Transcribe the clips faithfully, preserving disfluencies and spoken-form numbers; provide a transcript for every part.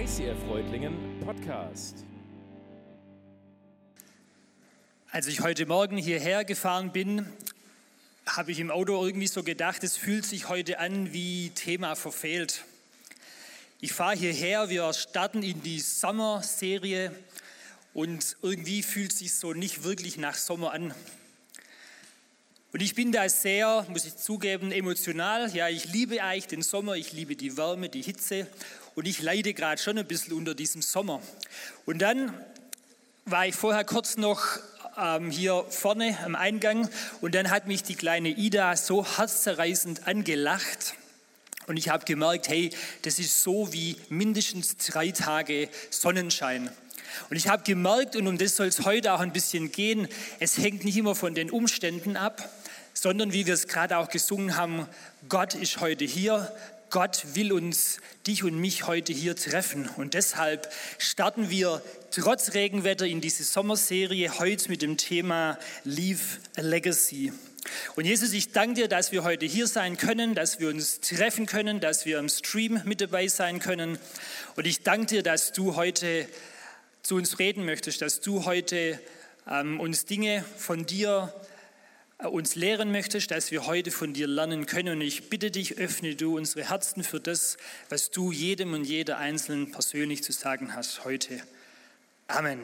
I C F Reutlingen Podcast. Als ich heute Morgen hierher gefahren bin, habe ich im Auto irgendwie so gedacht, es fühlt sich heute an wie Thema verfehlt. Ich fahre hierher, wir starten in die Sommerserie und irgendwie fühlt es sich so nicht wirklich nach Sommer an. Und ich bin da sehr, muss ich zugeben, emotional. Ja, ich liebe eigentlich den Sommer, ich liebe die Wärme, die Hitze und ich leide gerade schon ein bisschen unter diesem Sommer. Und dann war ich vorher kurz noch ähm, hier vorne am Eingang und dann hat mich die kleine Ida so herzzerreißend angelacht und ich habe gemerkt, hey, das ist so wie mindestens drei Tage Sonnenschein. Und ich habe gemerkt, und um das soll es heute auch ein bisschen gehen, es hängt nicht immer von den Umständen ab, sondern wie wir es gerade auch gesungen haben, Gott ist heute hier, Gott will uns, dich und mich heute hier treffen. Und deshalb starten wir trotz Regenwetter in diese Sommerserie heute mit dem Thema Leave a Legacy. Und Jesus, ich danke dir, dass wir heute hier sein können, dass wir uns treffen können, dass wir im Stream mit dabei sein können. Und ich danke dir, dass du heute zu uns reden möchtest, dass du heute ähm, uns Dinge von dir äh, uns lehren möchtest, dass wir heute von dir lernen können. Und ich bitte dich, öffne du unsere Herzen für das, was du jedem und jeder Einzelnen persönlich zu sagen hast heute. Amen.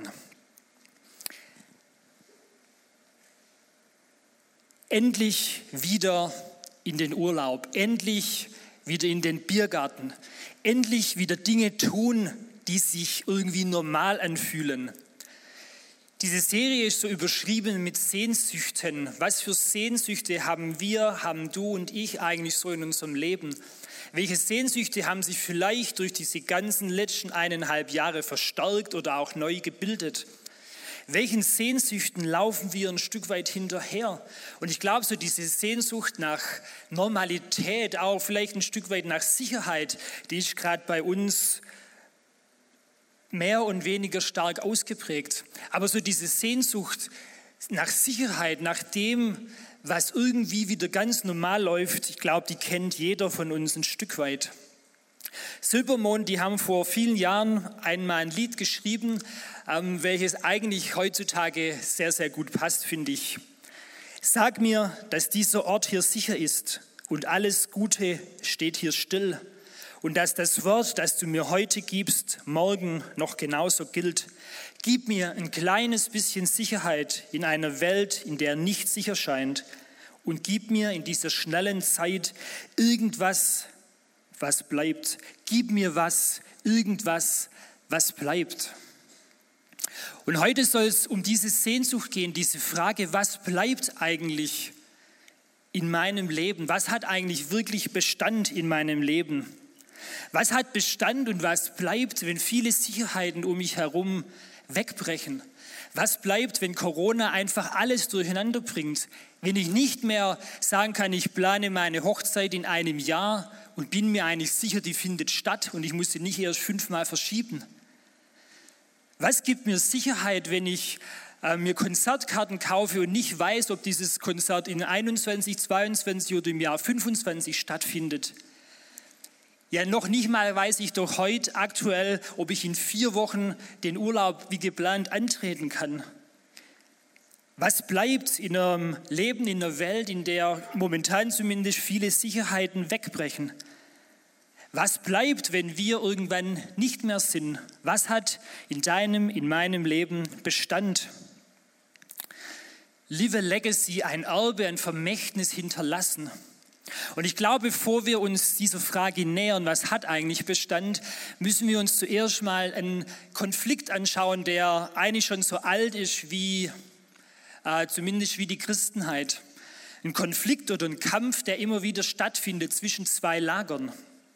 Endlich wieder in den Urlaub, endlich wieder in den Biergarten, endlich wieder Dinge tun, die sich irgendwie normal anfühlen. Diese Serie ist so überschrieben mit Sehnsüchten. Was für Sehnsüchte haben wir, haben du und ich eigentlich so in unserem Leben? Welche Sehnsüchte haben sich vielleicht durch diese ganzen letzten eineinhalb Jahre verstärkt oder auch neu gebildet? Welchen Sehnsüchten laufen wir ein Stück weit hinterher? Und ich glaube, so diese Sehnsucht nach Normalität, auch vielleicht ein Stück weit nach Sicherheit, die ist gerade bei uns mehr und weniger stark ausgeprägt. Aber so diese Sehnsucht nach Sicherheit, nach dem, was irgendwie wieder ganz normal läuft, ich glaube, die kennt jeder von uns ein Stück weit. Silbermond, die haben vor vielen Jahren einmal ein Lied geschrieben, ähm, welches eigentlich heutzutage sehr, sehr gut passt, finde ich. Sag mir, dass dieser Ort hier sicher ist und alles Gute steht hier still. Und dass das Wort, das du mir heute gibst, morgen noch genauso gilt. Gib mir ein kleines bisschen Sicherheit in einer Welt, in der nichts sicher scheint. Und gib mir in dieser schnellen Zeit irgendwas, was bleibt. Gib mir was, irgendwas, was bleibt. Und heute soll es um diese Sehnsucht gehen, diese Frage, was bleibt eigentlich in meinem Leben? Was hat eigentlich wirklich Bestand in meinem Leben? Was hat Bestand und was bleibt, wenn viele Sicherheiten um mich herum wegbrechen? Was bleibt, wenn Corona einfach alles durcheinander bringt? Wenn ich nicht mehr sagen kann, ich plane meine Hochzeit in einem Jahr und bin mir eigentlich sicher, die findet statt und ich muss sie nicht erst fünfmal verschieben? Was gibt mir Sicherheit, wenn ich äh, mir Konzertkarten kaufe und nicht weiß, ob dieses Konzert in einundzwanzig, zweiundzwanzig oder im Jahr fünfundzwanzig stattfindet? Ja, noch nicht mal weiß ich doch heute aktuell, ob ich in vier Wochen den Urlaub wie geplant antreten kann. Was bleibt in einem Leben, in einer Welt, in der momentan zumindest viele Sicherheiten wegbrechen? Was bleibt, wenn wir irgendwann nicht mehr sind? Was hat in deinem, in meinem Leben Bestand? Live a Legacy, ein Erbe, ein Vermächtnis hinterlassen. Und ich glaube, bevor wir uns dieser Frage nähern, was hat eigentlich Bestand, müssen wir uns zuerst mal einen Konflikt anschauen, der eigentlich schon so alt ist wie, äh, zumindest wie die Christenheit. Ein Konflikt oder ein Kampf, der immer wieder stattfindet zwischen zwei Lagern.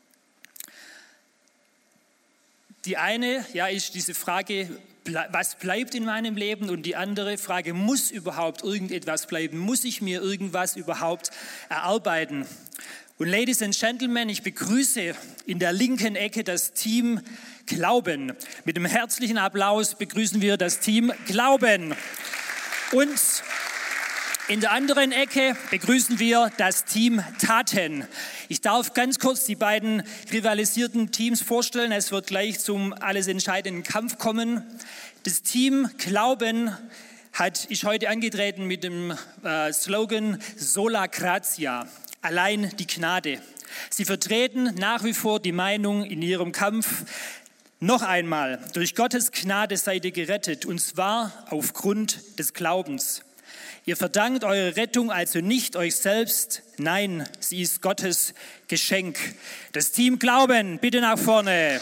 Die eine, ja, ist diese Frage, was bleibt in meinem Leben? Und die andere Frage, muss überhaupt irgendetwas bleiben? Muss ich mir irgendwas überhaupt erarbeiten? Und Ladies and Gentlemen, ich begrüße in der linken Ecke das Team Glauben. Mit einem herzlichen Applaus begrüßen wir das Team Glauben. Und In der anderen Ecke begrüßen wir das Team Taten. Ich darf ganz kurz die beiden rivalisierten Teams vorstellen. Es wird gleich zum alles entscheidenden Kampf kommen. Das Team Glauben hat, ist heute angetreten mit dem äh, Slogan Sola Gratia, allein die Gnade. Sie vertreten nach wie vor die Meinung in ihrem Kampf, noch einmal, durch Gottes Gnade seid ihr gerettet, und zwar aufgrund des Glaubens. Ihr verdankt eure Rettung also nicht euch selbst, nein, sie ist Gottes Geschenk. Das Team Glauben, bitte nach vorne.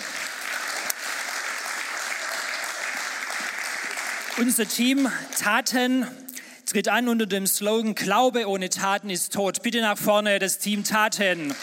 Unser Team Taten tritt an unter dem Slogan Glaube ohne Taten ist tot. Bitte nach vorne, das Team Taten.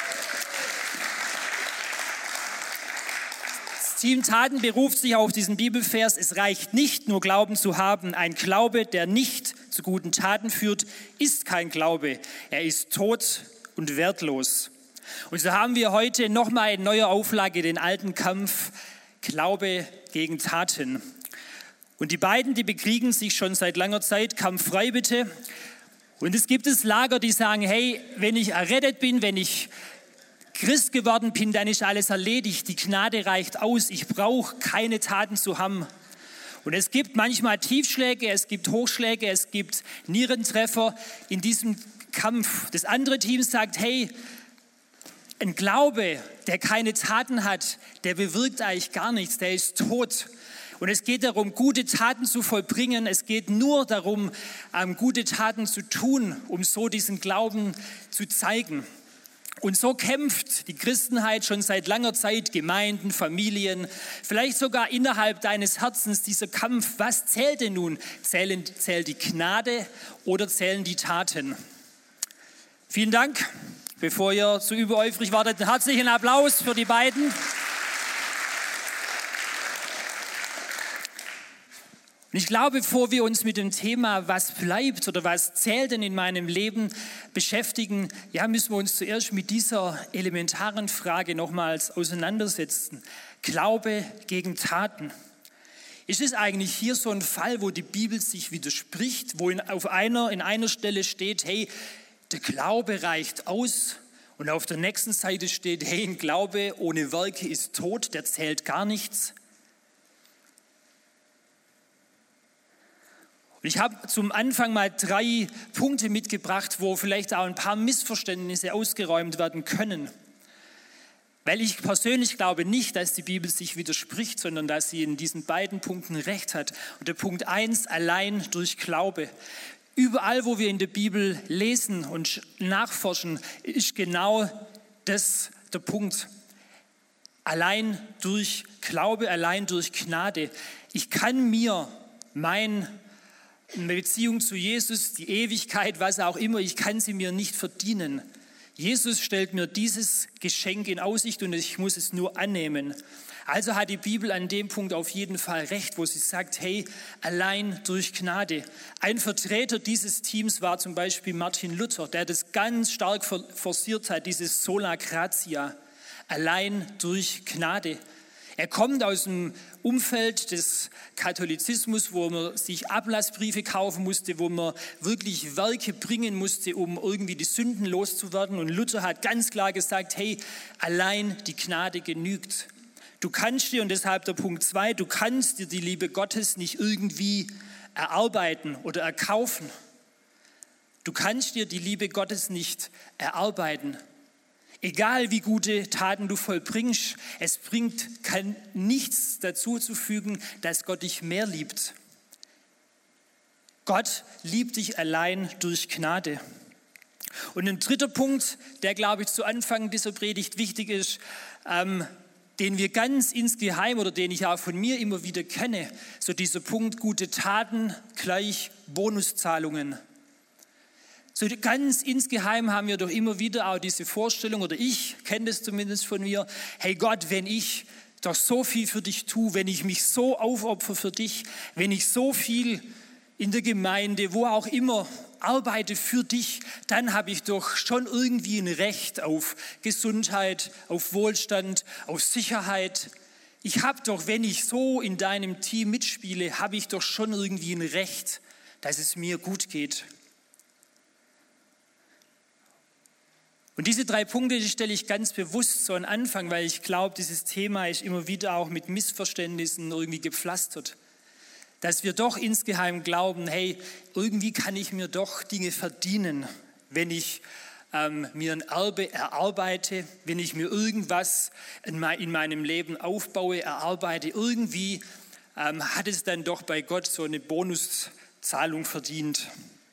Das Team Taten beruft sich auf diesen Bibelvers: Es reicht nicht, nur Glauben zu haben. Ein Glaube, der nicht zu guten Taten führt, ist kein Glaube. Er ist tot und wertlos. Und so haben wir heute nochmal in neuer Auflage den alten Kampf Glaube gegen Taten. Und die beiden, die bekriegen sich schon seit langer Zeit, kampffrei bitte. Und es gibt es Lager, die sagen, hey, wenn ich errettet bin, wenn ich Christ geworden bin, dann ist alles erledigt. Die Gnade reicht aus. Ich brauche keine Taten zu haben. Und es gibt manchmal Tiefschläge, es gibt Hochschläge, es gibt Nierentreffer in diesem Kampf. Das andere Team sagt, hey, ein Glaube, der keine Taten hat, der bewirkt eigentlich gar nichts, der ist tot. Und es geht darum, gute Taten zu vollbringen. Es geht nur darum, gute Taten zu tun, um so diesen Glauben zu zeigen. Und so kämpft die Christenheit schon seit langer Zeit, Gemeinden, Familien, vielleicht sogar innerhalb deines Herzens dieser Kampf. Was zählt denn nun? Zählen, zählt die Gnade oder zählen die Taten? Vielen Dank. Bevor ihr zu übereifrig wartet, einen herzlichen Applaus für die beiden. Und ich glaube, bevor wir uns mit dem Thema, was bleibt oder was zählt denn in meinem Leben, beschäftigen, ja, müssen wir uns zuerst mit dieser elementaren Frage nochmals auseinandersetzen. Glaube gegen Taten. Ist es eigentlich hier so ein Fall, wo die Bibel sich widerspricht, wo in, auf einer, in einer Stelle steht, hey, der Glaube reicht aus, und auf der nächsten Seite steht, hey, ein Glaube ohne Werke ist tot, der zählt gar nichts? Ich habe zum Anfang mal drei Punkte mitgebracht, wo vielleicht auch ein paar Missverständnisse ausgeräumt werden können. Weil ich persönlich glaube nicht, dass die Bibel sich widerspricht, sondern dass sie in diesen beiden Punkten recht hat. Und der Punkt eins, allein durch Glaube. Überall, wo wir in der Bibel lesen und nachforschen, ist genau das der Punkt. Allein durch Glaube, allein durch Gnade. Ich kann mir mein eine Beziehung zu Jesus, die Ewigkeit, was auch immer, ich kann sie mir nicht verdienen. Jesus stellt mir dieses Geschenk in Aussicht und ich muss es nur annehmen. Also hat die Bibel an dem Punkt auf jeden Fall recht, wo sie sagt, hey, allein durch Gnade. Ein Vertreter dieses Teams war zum Beispiel Martin Luther, der das ganz stark forciert hat, dieses Sola Gratia, allein durch Gnade. Er kommt aus dem Umfeld des Katholizismus, wo man sich Ablassbriefe kaufen musste, wo man wirklich Werke bringen musste, um irgendwie die Sünden loszuwerden. Und Luther hat ganz klar gesagt, hey, allein die Gnade genügt. Du kannst dir, und deshalb der Punkt zwei, du kannst dir die Liebe Gottes nicht irgendwie erarbeiten oder erkaufen. Du kannst dir die Liebe Gottes nicht erarbeiten. Egal wie gute Taten du vollbringst, es bringt kein, nichts dazu zu fügen, dass Gott dich mehr liebt. Gott liebt dich allein durch Gnade. Und ein dritter Punkt, der, glaube ich, zu Anfang dieser Predigt wichtig ist, ähm, den wir ganz insgeheim oder den ich auch von mir immer wieder kenne, so dieser Punkt, gute Taten gleich Bonuszahlungen. So ganz insgeheim haben wir doch immer wieder auch diese Vorstellung, oder ich kenne das zumindest von mir, hey Gott, wenn ich doch so viel für dich tue, wenn ich mich so aufopfere für dich, wenn ich so viel in der Gemeinde, wo auch immer, arbeite für dich, dann habe ich doch schon irgendwie ein Recht auf Gesundheit, auf Wohlstand, auf Sicherheit. Ich habe doch, wenn ich so in deinem Team mitspiele, habe ich doch schon irgendwie ein Recht, dass es mir gut geht. Und diese drei Punkte, die stelle ich ganz bewusst so an Anfang, weil ich glaube, dieses Thema ist immer wieder auch mit Missverständnissen irgendwie gepflastert. Dass wir doch insgeheim glauben, hey, irgendwie kann ich mir doch Dinge verdienen, wenn ich ähm, mir ein Erbe erarbeite, wenn ich mir irgendwas in, mein, in meinem Leben aufbaue, erarbeite. Irgendwie ähm, hat es dann doch bei Gott so eine Bonuszahlung verdient.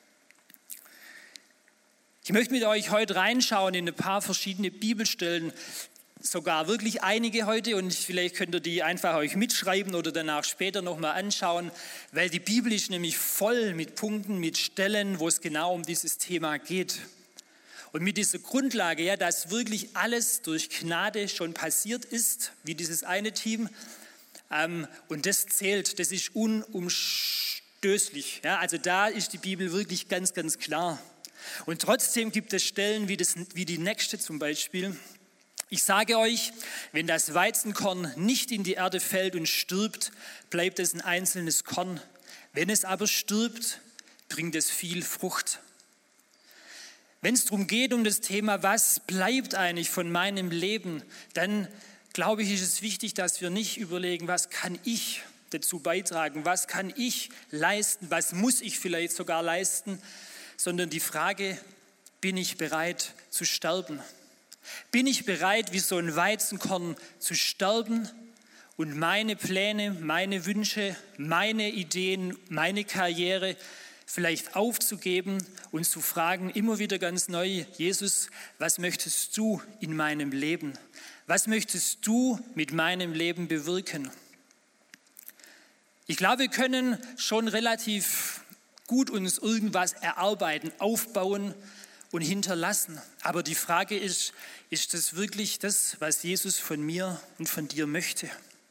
Ich möchte mit euch heute reinschauen in ein paar verschiedene Bibelstellen, sogar wirklich einige heute, und vielleicht könnt ihr die einfach euch mitschreiben oder danach später nochmal anschauen, weil die Bibel ist nämlich voll mit Punkten, mit Stellen, wo es genau um dieses Thema geht. Und mit dieser Grundlage, ja, dass wirklich alles durch Gnade schon passiert ist, wie dieses eine Team, ähm, und das zählt, das ist unumstößlich. Ja, also da ist die Bibel wirklich ganz, ganz klar. Und trotzdem gibt es Stellen wie, das, wie die nächste zum Beispiel. Ich sage euch, wenn das Weizenkorn nicht in die Erde fällt und stirbt, bleibt es ein einzelnes Korn. Wenn es aber stirbt, bringt es viel Frucht. Wenn es darum geht, um das Thema, was bleibt eigentlich von meinem Leben, dann glaube ich, ist es wichtig, dass wir nicht überlegen, was kann ich dazu beitragen, was kann ich leisten, was muss ich vielleicht sogar leisten, sondern die Frage, bin ich bereit zu sterben? Bin ich bereit, wie so ein Weizenkorn zu sterben und meine Pläne, meine Wünsche, meine Ideen, meine Karriere vielleicht aufzugeben und zu fragen, immer wieder ganz neu, Jesus, was möchtest du in meinem Leben? Was möchtest du mit meinem Leben bewirken? Ich glaube, wir können schon relativ gut uns irgendwas erarbeiten, aufbauen und hinterlassen. Aber die Frage ist, ist das wirklich das, was Jesus von mir und von dir möchte?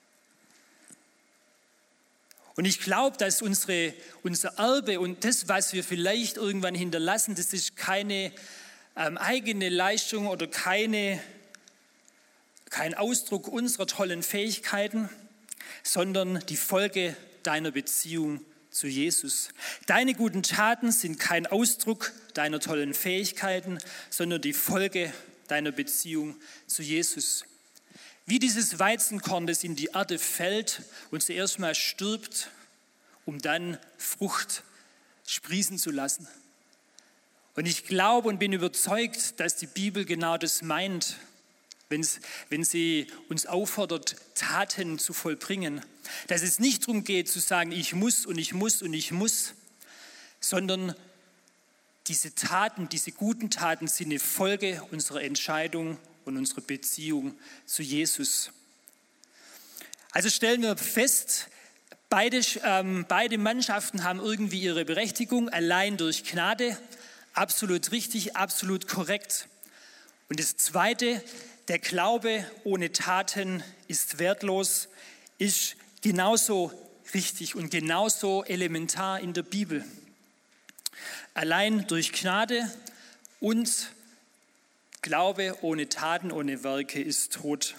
Und ich glaube, dass unsere, unser Erbe und das, was wir vielleicht irgendwann hinterlassen, das ist keine ähm, eigene Leistung oder keine, kein Ausdruck unserer tollen Fähigkeiten, sondern die Folge deiner Beziehung zu Jesus. Deine guten Taten sind kein Ausdruck deiner tollen Fähigkeiten, sondern die Folge deiner Beziehung zu Jesus. Wie dieses Weizenkorn, das in die Erde fällt und zuerst mal stirbt, um dann Frucht sprießen zu lassen. Und ich glaube und bin überzeugt, dass die Bibel genau das meint, wenn sie uns auffordert, Taten zu vollbringen. Dass es nicht darum geht, zu sagen, ich muss und ich muss und ich muss, sondern diese Taten, diese guten Taten sind eine Folge unserer Entscheidung und unserer Beziehung zu Jesus. Also stellen wir fest, beide, ähm, beide Mannschaften haben irgendwie ihre Berechtigung, allein durch Gnade, absolut richtig, absolut korrekt. Und das Zweite, der Glaube ohne Taten ist wertlos, ist genauso richtig und genauso elementar in der Bibel. Allein durch Gnade und Glaube ohne Taten, ohne Werke ist tot.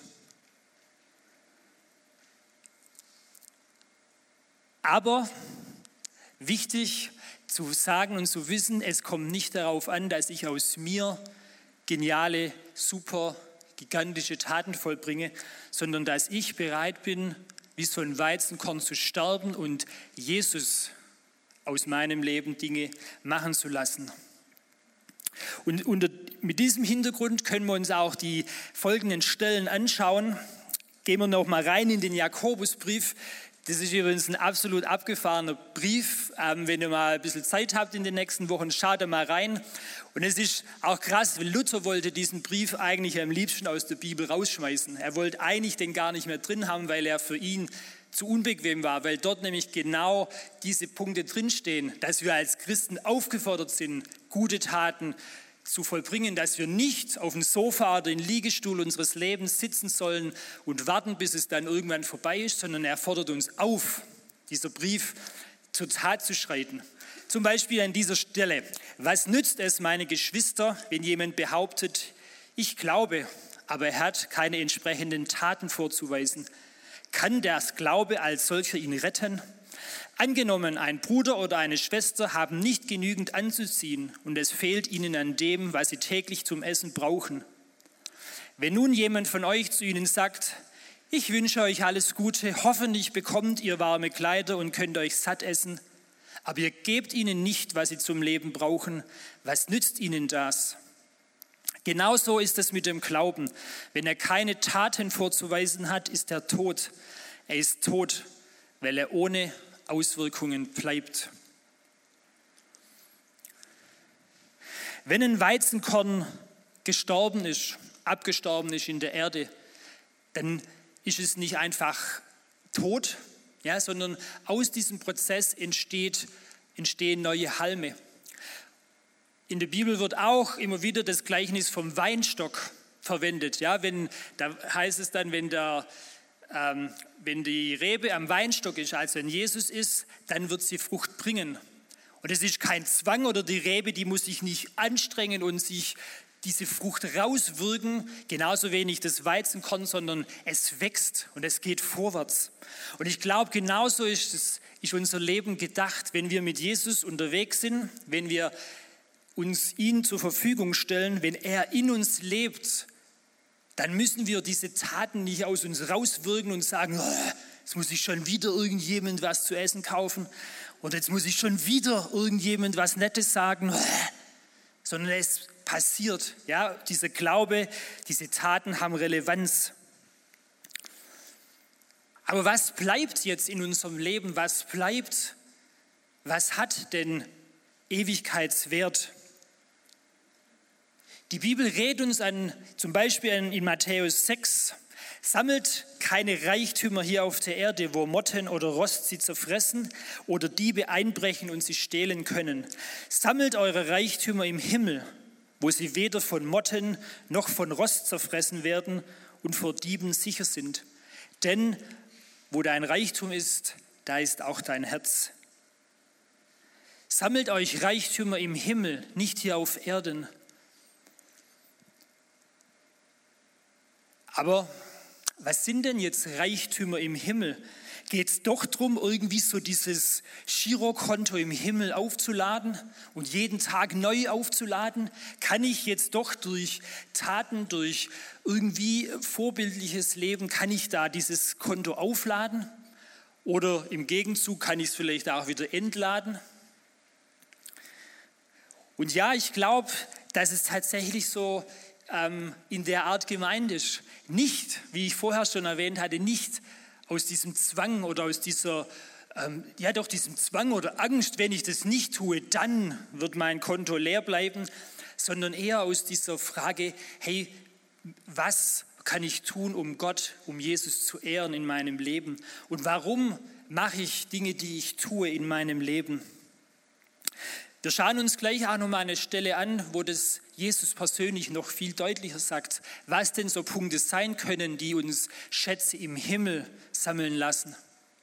Aber wichtig zu sagen und zu wissen, es kommt nicht darauf an, dass ich aus mir geniale, super, gigantische Taten vollbringe, sondern dass ich bereit bin, wie so ein Weizenkorn zu sterben und Jesus aus meinem Leben Dinge machen zu lassen. Und unter, mit diesem Hintergrund können wir uns auch die folgenden Stellen anschauen. Gehen wir noch mal rein in den Jakobusbrief. Das ist übrigens ein absolut abgefahrener Brief. Ähm, wenn ihr mal ein bisschen Zeit habt in den nächsten Wochen, schaut da mal rein. Und es ist auch krass, weil Luther wollte diesen Brief eigentlich am liebsten aus der Bibel rausschmeißen. Er wollte eigentlich den gar nicht mehr drin haben, weil er für ihn zu unbequem war, weil dort nämlich genau diese Punkte drinstehen, dass wir als Christen aufgefordert sind, gute Taten zu vollbringen, dass wir nicht auf dem Sofa oder im Liegestuhl unseres Lebens sitzen sollen und warten, bis es dann irgendwann vorbei ist, sondern er fordert uns auf, dieser Brief zur Tat zu schreiten. Zum Beispiel an dieser Stelle: Was nützt es, meine Geschwister, wenn jemand behauptet, ich glaube, aber er hat keine entsprechenden Taten vorzuweisen? Kann der Glaube als solcher ihn retten? Angenommen, ein Bruder oder eine Schwester haben nicht genügend anzuziehen und es fehlt ihnen an dem, was sie täglich zum Essen brauchen. Wenn nun jemand von euch zu ihnen sagt, ich wünsche euch alles Gute, hoffentlich bekommt ihr warme Kleider und könnt euch satt essen, aber ihr gebt ihnen nicht, was sie zum Leben brauchen, was nützt ihnen das? Genauso ist es mit dem Glauben. Wenn er keine Taten vorzuweisen hat, ist er tot. Er ist tot, weil er ohne Auswirkungen bleibt. Wenn ein Weizenkorn gestorben ist, abgestorben ist in der Erde, dann ist es nicht einfach tot, ja, sondern aus diesem Prozess entsteht, entstehen neue Halme. In der Bibel wird auch immer wieder das Gleichnis vom Weinstock verwendet. Ja, wenn, da heißt es dann, wenn, der, ähm, wenn die Rebe am Weinstock ist, also wenn Jesus ist, dann wird sie Frucht bringen. Und es ist kein Zwang oder die Rebe, die muss sich nicht anstrengen und sich diese Frucht rauswirken, genauso wenig das Weizenkorn, sondern es wächst und es geht vorwärts. Und ich glaube, genauso ist, es, ist unser Leben gedacht, wenn wir mit Jesus unterwegs sind, wenn wir uns ihn zur Verfügung stellen, wenn er in uns lebt, dann müssen wir diese Taten nicht aus uns rauswirken und sagen, oh, jetzt muss ich schon wieder irgendjemand was zu essen kaufen oder jetzt muss ich schon wieder irgendjemand was Nettes sagen, oh, sondern es passiert. Ja, dieser Glaube, diese Taten haben Relevanz. Aber was bleibt jetzt in unserem Leben? Was bleibt? Was hat denn Ewigkeitswert? Die Bibel rät uns an, zum Beispiel in Matthäus sechs, sammelt keine Reichtümer hier auf der Erde, wo Motten oder Rost sie zerfressen oder Diebe einbrechen und sie stehlen können. Sammelt eure Reichtümer im Himmel, wo sie weder von Motten noch von Rost zerfressen werden und vor Dieben sicher sind. Denn wo dein Reichtum ist, da ist auch dein Herz. Sammelt euch Reichtümer im Himmel, nicht hier auf Erden. Aber was sind denn jetzt Reichtümer im Himmel? Geht es doch darum, irgendwie so dieses Girokonto im Himmel aufzuladen und jeden Tag neu aufzuladen? Kann ich jetzt doch durch Taten, durch irgendwie vorbildliches Leben, kann ich da dieses Konto aufladen? Oder im Gegenzug kann ich es vielleicht auch wieder entladen? Und ja, ich glaube, dass es tatsächlich so ähm, in der Art gemeint ist. Nicht, wie ich vorher schon erwähnt hatte, nicht aus diesem Zwang oder aus dieser, ähm, ja doch diesem Zwang oder Angst, wenn ich das nicht tue, dann wird mein Konto leer bleiben, sondern eher aus dieser Frage, hey, was kann ich tun, um Gott, um Jesus zu ehren in meinem Leben? Und warum mache ich Dinge, die ich tue in meinem Leben? Wir schauen uns gleich auch nochmal eine Stelle an, wo das Jesus persönlich noch viel deutlicher sagt, was denn so Punkte sein können, die uns Schätze im Himmel sammeln lassen.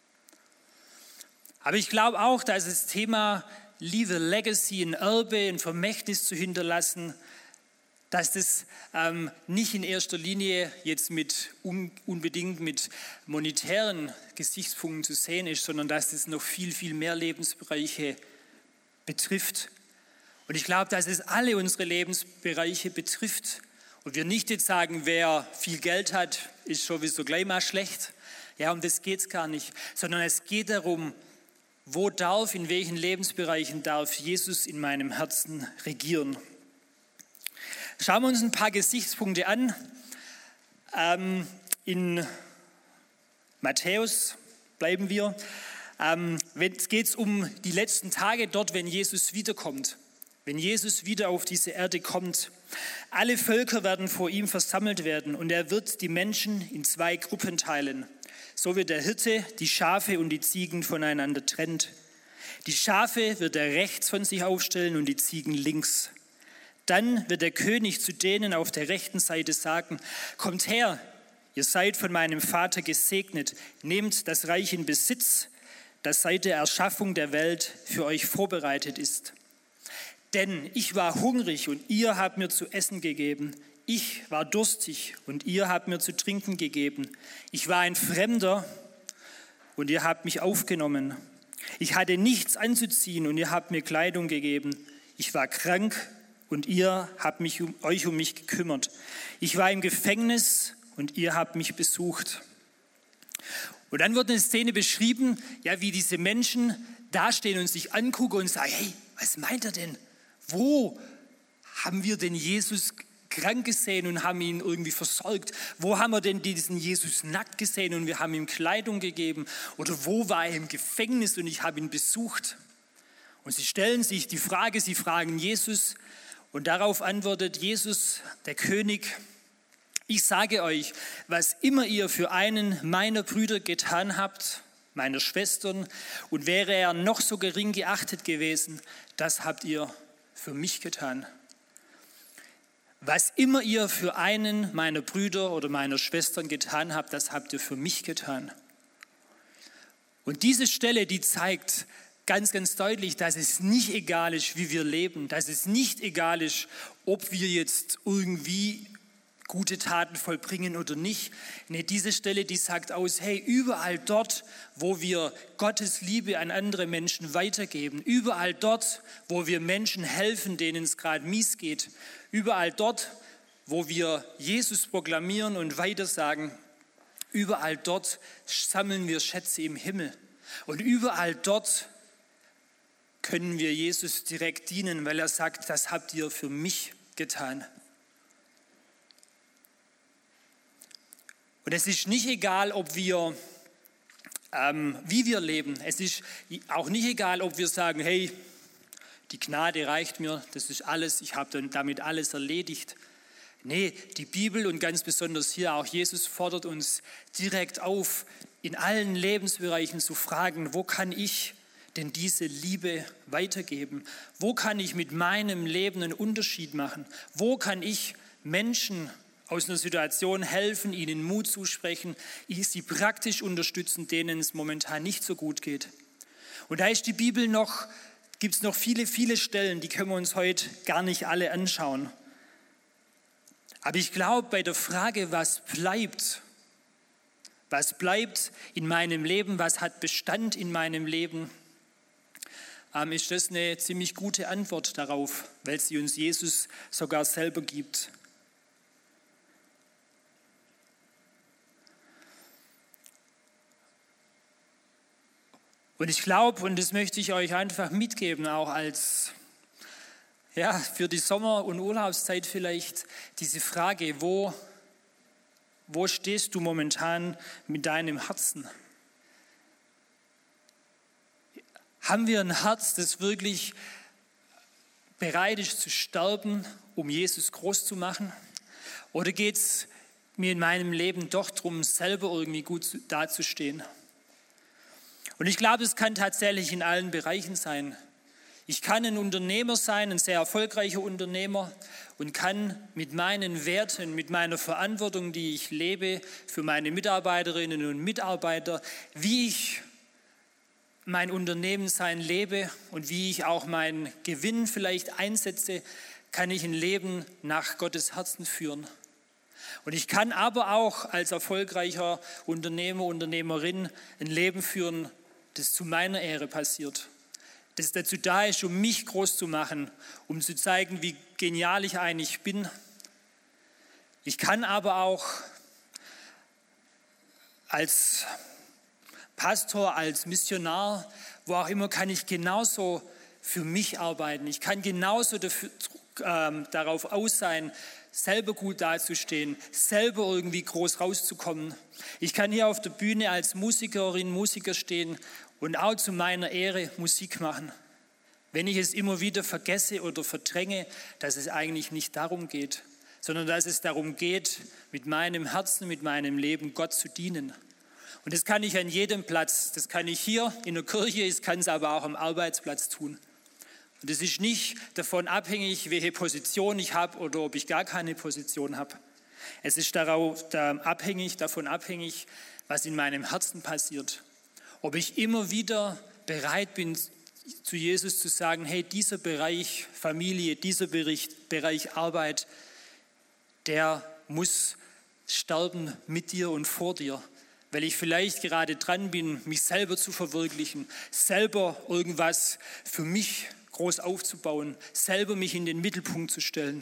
Aber ich glaube auch, dass das Thema Leave a Legacy, ein Erbe, ein Vermächtnis zu hinterlassen, dass das ähm, nicht in erster Linie jetzt mit un, unbedingt mit monetären Gesichtspunkten zu sehen ist, sondern dass das noch viel, viel mehr Lebensbereiche betrifft. Und ich glaube, dass es alle unsere Lebensbereiche betrifft. Und wir nicht jetzt sagen, wer viel Geld hat, ist sowieso gleich mal schlecht. Ja, um das geht es gar nicht. Sondern es geht darum, wo darf, in welchen Lebensbereichen darf Jesus in meinem Herzen regieren. Schauen wir uns ein paar Gesichtspunkte an. Ähm, in Matthäus bleiben wir. Ähm, es geht um die letzten Tage dort, wenn Jesus wiederkommt. Wenn Jesus wieder auf diese Erde kommt. Alle Völker werden vor ihm versammelt werden und er wird die Menschen in zwei Gruppen teilen. So wird der Hirte die Schafe und die Ziegen voneinander trennt. Die Schafe wird er rechts von sich aufstellen und die Ziegen links. Dann wird der König zu denen auf der rechten Seite sagen, kommt her, ihr seid von meinem Vater gesegnet, nehmt das Reich in Besitz, das seit der Erschaffung der Welt für euch vorbereitet ist. Denn ich war hungrig und ihr habt mir zu essen gegeben. Ich war durstig und ihr habt mir zu trinken gegeben. Ich war ein Fremder und ihr habt mich aufgenommen. Ich hatte nichts anzuziehen und ihr habt mir Kleidung gegeben. Ich war krank und ihr habt mich um, euch um mich gekümmert. Ich war im Gefängnis und ihr habt mich besucht. Und dann wird eine Szene beschrieben, ja, wie diese Menschen dastehen und sich angucken und sagen, hey, was meint er denn? Wo haben wir denn Jesus krank gesehen und haben ihn irgendwie versorgt? Wo haben wir denn diesen Jesus nackt gesehen und wir haben ihm Kleidung gegeben? Oder wo war er im Gefängnis und ich habe ihn besucht? Und sie stellen sich die Frage, sie fragen Jesus und darauf antwortet Jesus, der König: Ich sage euch, was immer ihr für einen meiner Brüder getan habt, meiner Schwestern, und wäre er noch so gering geachtet gewesen, das habt ihr für mich getan. Was immer ihr für einen meiner Brüder oder meiner Schwestern getan habt, das habt ihr für mich getan. Und diese Stelle, die zeigt ganz, ganz deutlich, dass es nicht egal ist, wie wir leben, dass es nicht egal ist, ob wir jetzt irgendwie gute Taten vollbringen oder nicht. Nee, diese Stelle, die sagt aus, hey, überall dort, wo wir Gottes Liebe an andere Menschen weitergeben, überall dort, wo wir Menschen helfen, denen es gerade mies geht, überall dort, wo wir Jesus proklamieren und weitersagen, überall dort sammeln wir Schätze im Himmel. Und überall dort können wir Jesus direkt dienen, weil er sagt, das habt ihr für mich getan. Und es ist nicht egal, ob wir, ähm, wie wir leben. Es ist auch nicht egal, ob wir sagen, hey, die Gnade reicht mir, das ist alles, ich habe damit alles erledigt. Nee, die Bibel und ganz besonders hier auch Jesus fordert uns direkt auf, in allen Lebensbereichen zu fragen, wo kann ich denn diese Liebe weitergeben? Wo kann ich mit meinem Leben einen Unterschied machen? Wo kann ich Menschen aus einer Situation helfen, ihnen Mut zusprechen, sie praktisch unterstützen, denen es momentan nicht so gut geht? Und da ist die Bibel noch, gibt es noch viele, viele Stellen, die können wir uns heute gar nicht alle anschauen. Aber ich glaube, bei der Frage, was bleibt, was bleibt in meinem Leben, was hat Bestand in meinem Leben, ähm, ist das eine ziemlich gute Antwort darauf, weil sie uns Jesus sogar selber gibt. Und ich glaube, und das möchte ich euch einfach mitgeben, auch als, ja, für die Sommer- und Urlaubszeit vielleicht, diese Frage, wo, wo stehst du momentan mit deinem Herzen? Haben wir ein Herz, das wirklich bereit ist zu sterben, um Jesus groß zu machen? Oder geht es mir in meinem Leben doch darum, selber irgendwie gut dazustehen? Und ich glaube, es kann tatsächlich in allen Bereichen sein. Ich kann ein Unternehmer sein, ein sehr erfolgreicher Unternehmer und kann mit meinen Werten, mit meiner Verantwortung, die ich lebe für meine Mitarbeiterinnen und Mitarbeiter, wie ich mein Unternehmensein lebe und wie ich auch meinen Gewinn vielleicht einsetze, kann ich ein Leben nach Gottes Herzen führen. Und ich kann aber auch als erfolgreicher Unternehmer, Unternehmerin ein Leben führen, das zu meiner Ehre passiert, das dazu da ist, um mich groß zu machen, um zu zeigen, wie genial ich eigentlich bin. Ich kann aber auch als Pastor, als Missionar, wo auch immer, kann ich genauso für mich arbeiten. Ich kann genauso dafür, äh, darauf aus sein, selber gut dazustehen, selber irgendwie groß rauszukommen. Ich kann hier auf der Bühne als Musikerin, Musiker stehen und auch zu meiner Ehre Musik machen. Wenn ich es immer wieder vergesse oder verdränge, dass es eigentlich nicht darum geht, sondern dass es darum geht, mit meinem Herzen, mit meinem Leben Gott zu dienen. Und das kann ich an jedem Platz. Das kann ich hier in der Kirche, ich kann es aber auch am Arbeitsplatz tun. Und es ist nicht davon abhängig, welche Position ich habe oder ob ich gar keine Position habe. Es ist darauf, da abhängig, davon abhängig, was in meinem Herzen passiert. Ob ich immer wieder bereit bin, zu Jesus zu sagen, hey, dieser Bereich Familie, dieser Bereich Arbeit, der muss sterben mit dir und vor dir, weil ich vielleicht gerade dran bin, mich selber zu verwirklichen, selber irgendwas für mich groß aufzubauen, selber mich in den Mittelpunkt zu stellen.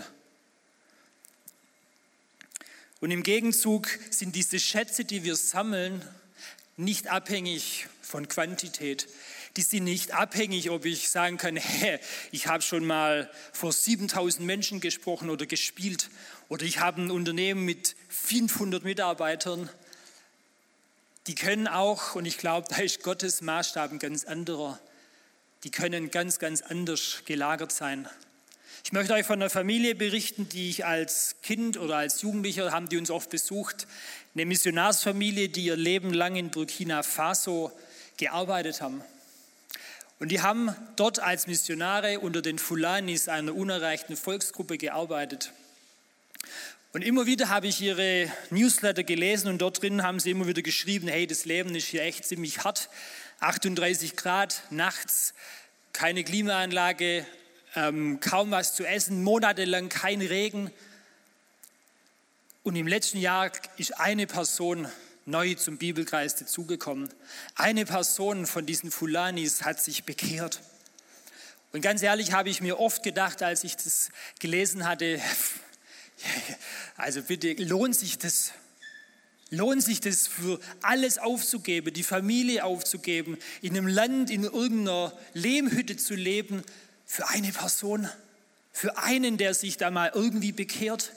Und im Gegenzug sind diese Schätze, die wir sammeln, nicht abhängig von Quantität. Die sind nicht abhängig, ob ich sagen kann, hey, ich habe schon mal vor siebentausend Menschen gesprochen oder gespielt oder ich habe ein Unternehmen mit fünfhundert Mitarbeitern. Die können auch, und ich glaube, da ist Gottes Maßstab ein ganz anderer, die können ganz, ganz anders gelagert sein. Ich möchte euch von einer Familie berichten, die ich als Kind oder als Jugendlicher, haben die uns oft besucht, eine Missionarsfamilie, die ihr Leben lang in Burkina Faso gearbeitet haben. Und die haben dort als Missionare unter den Fulanis, einer unerreichten Volksgruppe, gearbeitet. Und immer wieder habe ich ihre Newsletter gelesen und dort drin haben sie immer wieder geschrieben, hey, das Leben ist hier echt ziemlich hart, achtunddreißig Grad nachts, keine Klimaanlage, ähm, kaum was zu essen, monatelang kein Regen. Und im letzten Jahr ist eine Person neu zum Bibelkreis dazugekommen. Eine Person von diesen Fulanis hat sich bekehrt. Und ganz ehrlich habe ich mir oft gedacht, als ich das gelesen hatte, also bitte, lohnt sich das? Lohnt sich das, für alles aufzugeben, die Familie aufzugeben, in einem Land, in irgendeiner Lehmhütte zu leben, für eine Person, für einen, der sich da mal irgendwie bekehrt?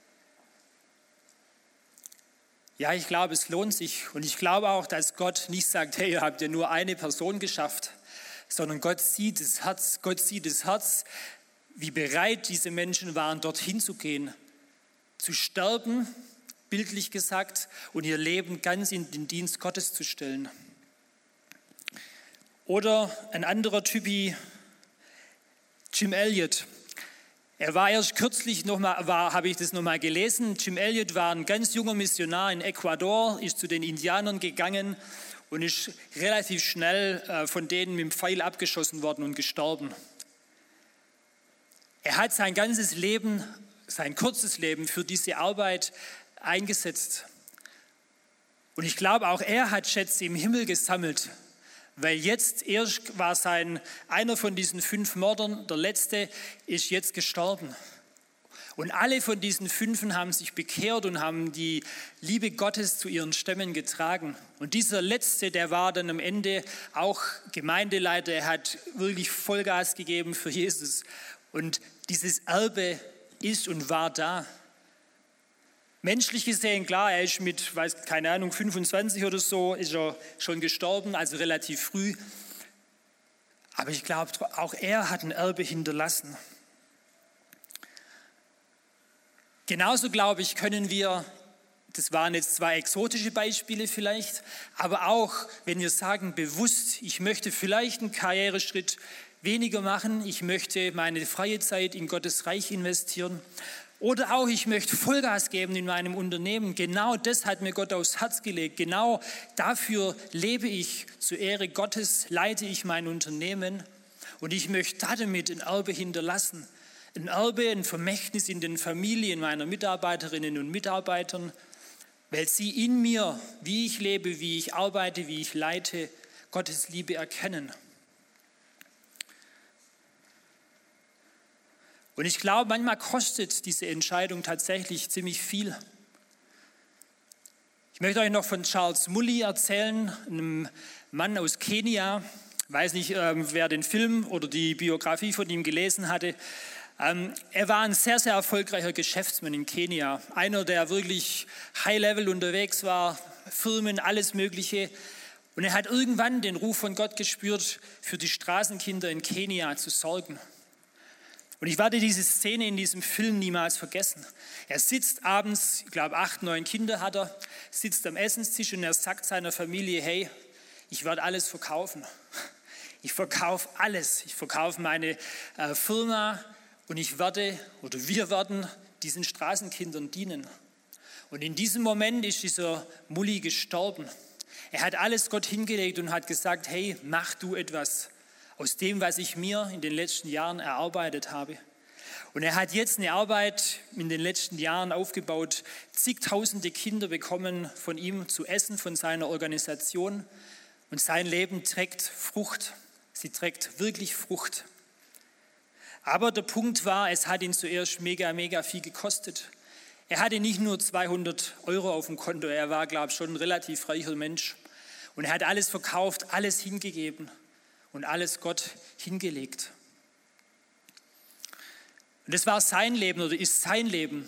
Ja, ich glaube, es lohnt sich. Und ich glaube auch, dass Gott nicht sagt, hey, ihr habt ja nur eine Person geschafft, sondern Gott sieht das Herz, Gott sieht das Herz, wie bereit diese Menschen waren, dorthin zu gehen, zu sterben, bildlich gesagt, und ihr Leben ganz in den Dienst Gottes zu stellen. Oder ein anderer Typi, Jim Elliot. Er war erst kürzlich noch mal, war, habe ich das noch mal gelesen. Jim Elliot war ein ganz junger Missionar in Ecuador, ist zu den Indianern gegangen und ist relativ schnell äh, von denen mit dem Pfeil abgeschossen worden und gestorben. Er hat sein ganzes Leben, sein kurzes Leben für diese Arbeit eingesetzt. Und ich glaube, auch er hat Schätze im Himmel gesammelt. Weil jetzt erst war sein, einer von diesen fünf Mördern, der letzte, ist jetzt gestorben. Und alle von diesen Fünfen haben sich bekehrt und haben die Liebe Gottes zu ihren Stämmen getragen. Und dieser letzte, der war dann am Ende auch Gemeindeleiter, er hat wirklich Vollgas gegeben für Jesus. Und dieses Erbe ist und war da. Menschlich gesehen, klar, er ist mit, weiß, keine Ahnung, fünfundzwanzig oder so, ist er schon gestorben, also relativ früh. Aber ich glaube, auch er hat ein Erbe hinterlassen. Genauso, glaube ich, können wir, das waren jetzt zwei exotische Beispiele vielleicht, aber auch, wenn wir sagen, bewusst, ich möchte vielleicht einen Karriereschritt weniger machen, ich möchte meine freie Zeit in Gottes Reich investieren, oder auch, ich möchte Vollgas geben in meinem Unternehmen. Genau das hat mir Gott aufs Herz gelegt. Genau dafür lebe ich. Zur Ehre Gottes leite ich mein Unternehmen. Und ich möchte damit ein Erbe hinterlassen. Ein Erbe, ein Vermächtnis in den Familien meiner Mitarbeiterinnen und Mitarbeitern, weil sie in mir, wie ich lebe, wie ich arbeite, wie ich leite, Gottes Liebe erkennen. Und ich glaube, manchmal kostet diese Entscheidung tatsächlich ziemlich viel. Ich möchte euch noch von Charles Mully erzählen, einem Mann aus Kenia. Ich weiß nicht, wer den Film oder die Biografie von ihm gelesen hatte. Er war ein sehr, sehr erfolgreicher Geschäftsmann in Kenia. Einer, der wirklich High-Level unterwegs war, Firmen, alles Mögliche. Und er hat irgendwann den Ruf von Gott gespürt, für die Straßenkinder in Kenia zu sorgen. Und ich werde diese Szene in diesem Film niemals vergessen. Er sitzt abends, ich glaube acht, neun Kinder hat er, sitzt am Essenstisch und er sagt seiner Familie, hey, ich werde alles verkaufen. Ich verkaufe alles. Ich verkaufe meine äh, Firma und ich werde, oder wir werden diesen Straßenkindern dienen. Und in diesem Moment ist dieser Mully gestorben. Er hat alles Gott hingelegt und hat gesagt, hey, mach du etwas aus dem, was ich mir in den letzten Jahren erarbeitet habe. Und er hat jetzt eine Arbeit in den letzten Jahren aufgebaut, zigtausende Kinder bekommen von ihm zu essen, von seiner Organisation. Und sein Leben trägt Frucht. Sie trägt wirklich Frucht. Aber der Punkt war, es hat ihn zuerst mega, mega viel gekostet. Er hatte nicht nur zweihundert Euro auf dem Konto, er war, glaube ich, schon ein relativ reicher Mensch. Und er hat alles verkauft, alles hingegeben und alles Gott hingelegt. Und das war sein Leben oder ist sein Leben.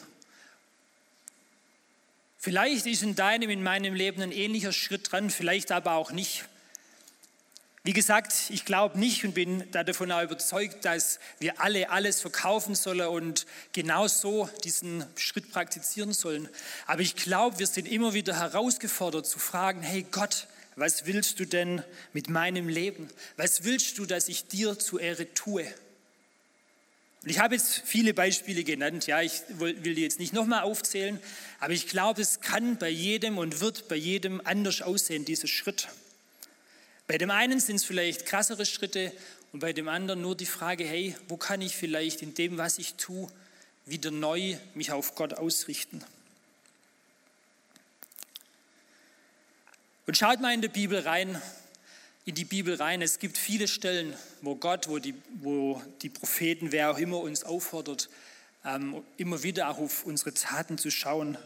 Vielleicht ist in deinem, in meinem Leben ein ähnlicher Schritt dran, vielleicht aber auch nicht. Wie gesagt, ich glaube nicht und bin davon auch überzeugt, dass wir alle alles verkaufen sollen und genau so diesen Schritt praktizieren sollen. Aber ich glaube, wir sind immer wieder herausgefordert zu fragen, hey Gott, was willst du denn mit meinem Leben? Was willst du, dass ich dir zur Ehre tue? Und ich habe jetzt viele Beispiele genannt, ja, ich will die jetzt nicht nochmal aufzählen, aber ich glaube, es kann bei jedem und wird bei jedem anders aussehen, dieser Schritt. Bei dem einen sind es vielleicht krassere Schritte und bei dem anderen nur die Frage, hey, wo kann ich vielleicht in dem, was ich tue, wieder neu mich auf Gott ausrichten? Und schaut mal in die Bibel rein, in die Bibel rein. Es gibt viele Stellen, wo Gott, wo die, wo die Propheten, wer auch immer uns auffordert, ähm, immer wieder auch auf unsere Taten zu schauen,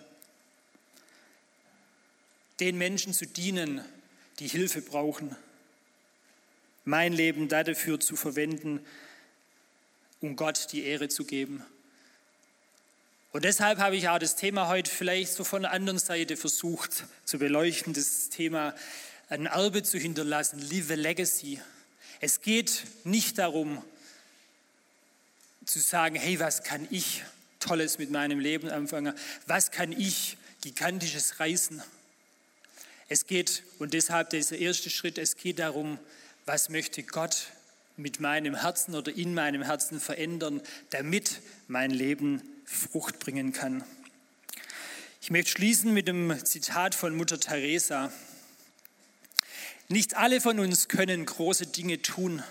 den Menschen zu dienen, die Hilfe brauchen, mein Leben dafür zu verwenden, um Gott die Ehre zu geben. Und deshalb habe ich auch das Thema heute vielleicht so von der anderen Seite versucht zu beleuchten, das Thema ein Erbe zu hinterlassen, live a legacy. Es geht nicht darum, zu sagen, hey, was kann ich Tolles mit meinem Leben anfangen? Was kann ich Gigantisches reißen? Es geht, und deshalb dieser erste Schritt, es geht darum, was möchte Gott mit meinem Herzen oder in meinem Herzen verändern, damit mein Leben Frucht bringen kann. Ich möchte schließen mit dem Zitat von Mutter Teresa. Nicht alle von uns können große Dinge tun,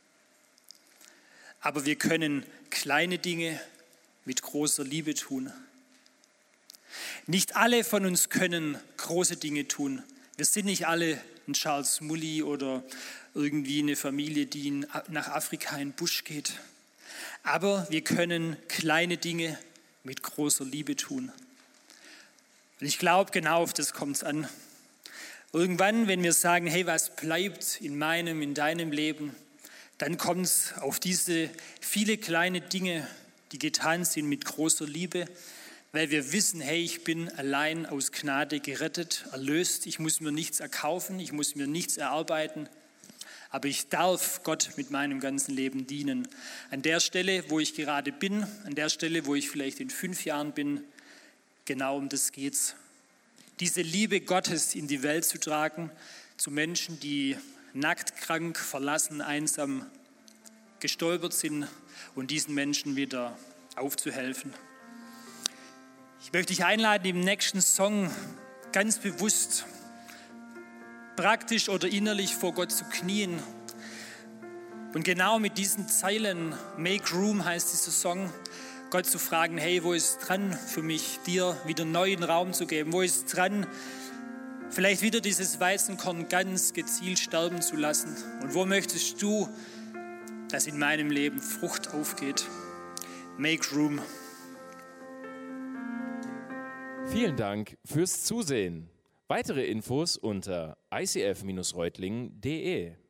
aber wir können kleine Dinge mit großer Liebe tun. Nicht alle von uns können große Dinge tun. Wir sind nicht alle ein Charles Mully oder irgendwie eine Familie, die nach Afrika in den Busch geht. Aber wir können kleine Dinge mit großer Liebe tun. Und ich glaube, genau auf das kommt es an. Irgendwann, wenn wir sagen, hey, was bleibt in meinem, in deinem Leben, dann kommt es auf diese viele kleine Dinge, die getan sind mit großer Liebe, weil wir wissen, hey, ich bin allein aus Gnade gerettet, erlöst. Ich muss mir nichts erkaufen, ich muss mir nichts erarbeiten, aber ich darf Gott mit meinem ganzen Leben dienen. An der Stelle, wo ich gerade bin, an der Stelle, wo ich vielleicht in fünf Jahren bin, genau um das geht's. Diese Liebe Gottes in die Welt zu tragen, zu Menschen, die nackt, krank, verlassen, einsam gestolpert sind und diesen Menschen wieder aufzuhelfen. Ich möchte dich einladen, im nächsten Song ganz bewusst, praktisch oder innerlich vor Gott zu knien und genau mit diesen Zeilen, Make Room heißt dieser Song, Gott zu fragen, hey, wo ist dran für mich, dir wieder neuen Raum zu geben? Wo ist dran, vielleicht wieder dieses Weizenkorn ganz gezielt sterben zu lassen? Und wo möchtest du, dass in meinem Leben Frucht aufgeht? Make Room. Vielen Dank fürs Zusehen. Weitere Infos unter i c f Bindestrich reutlingen punkt d e.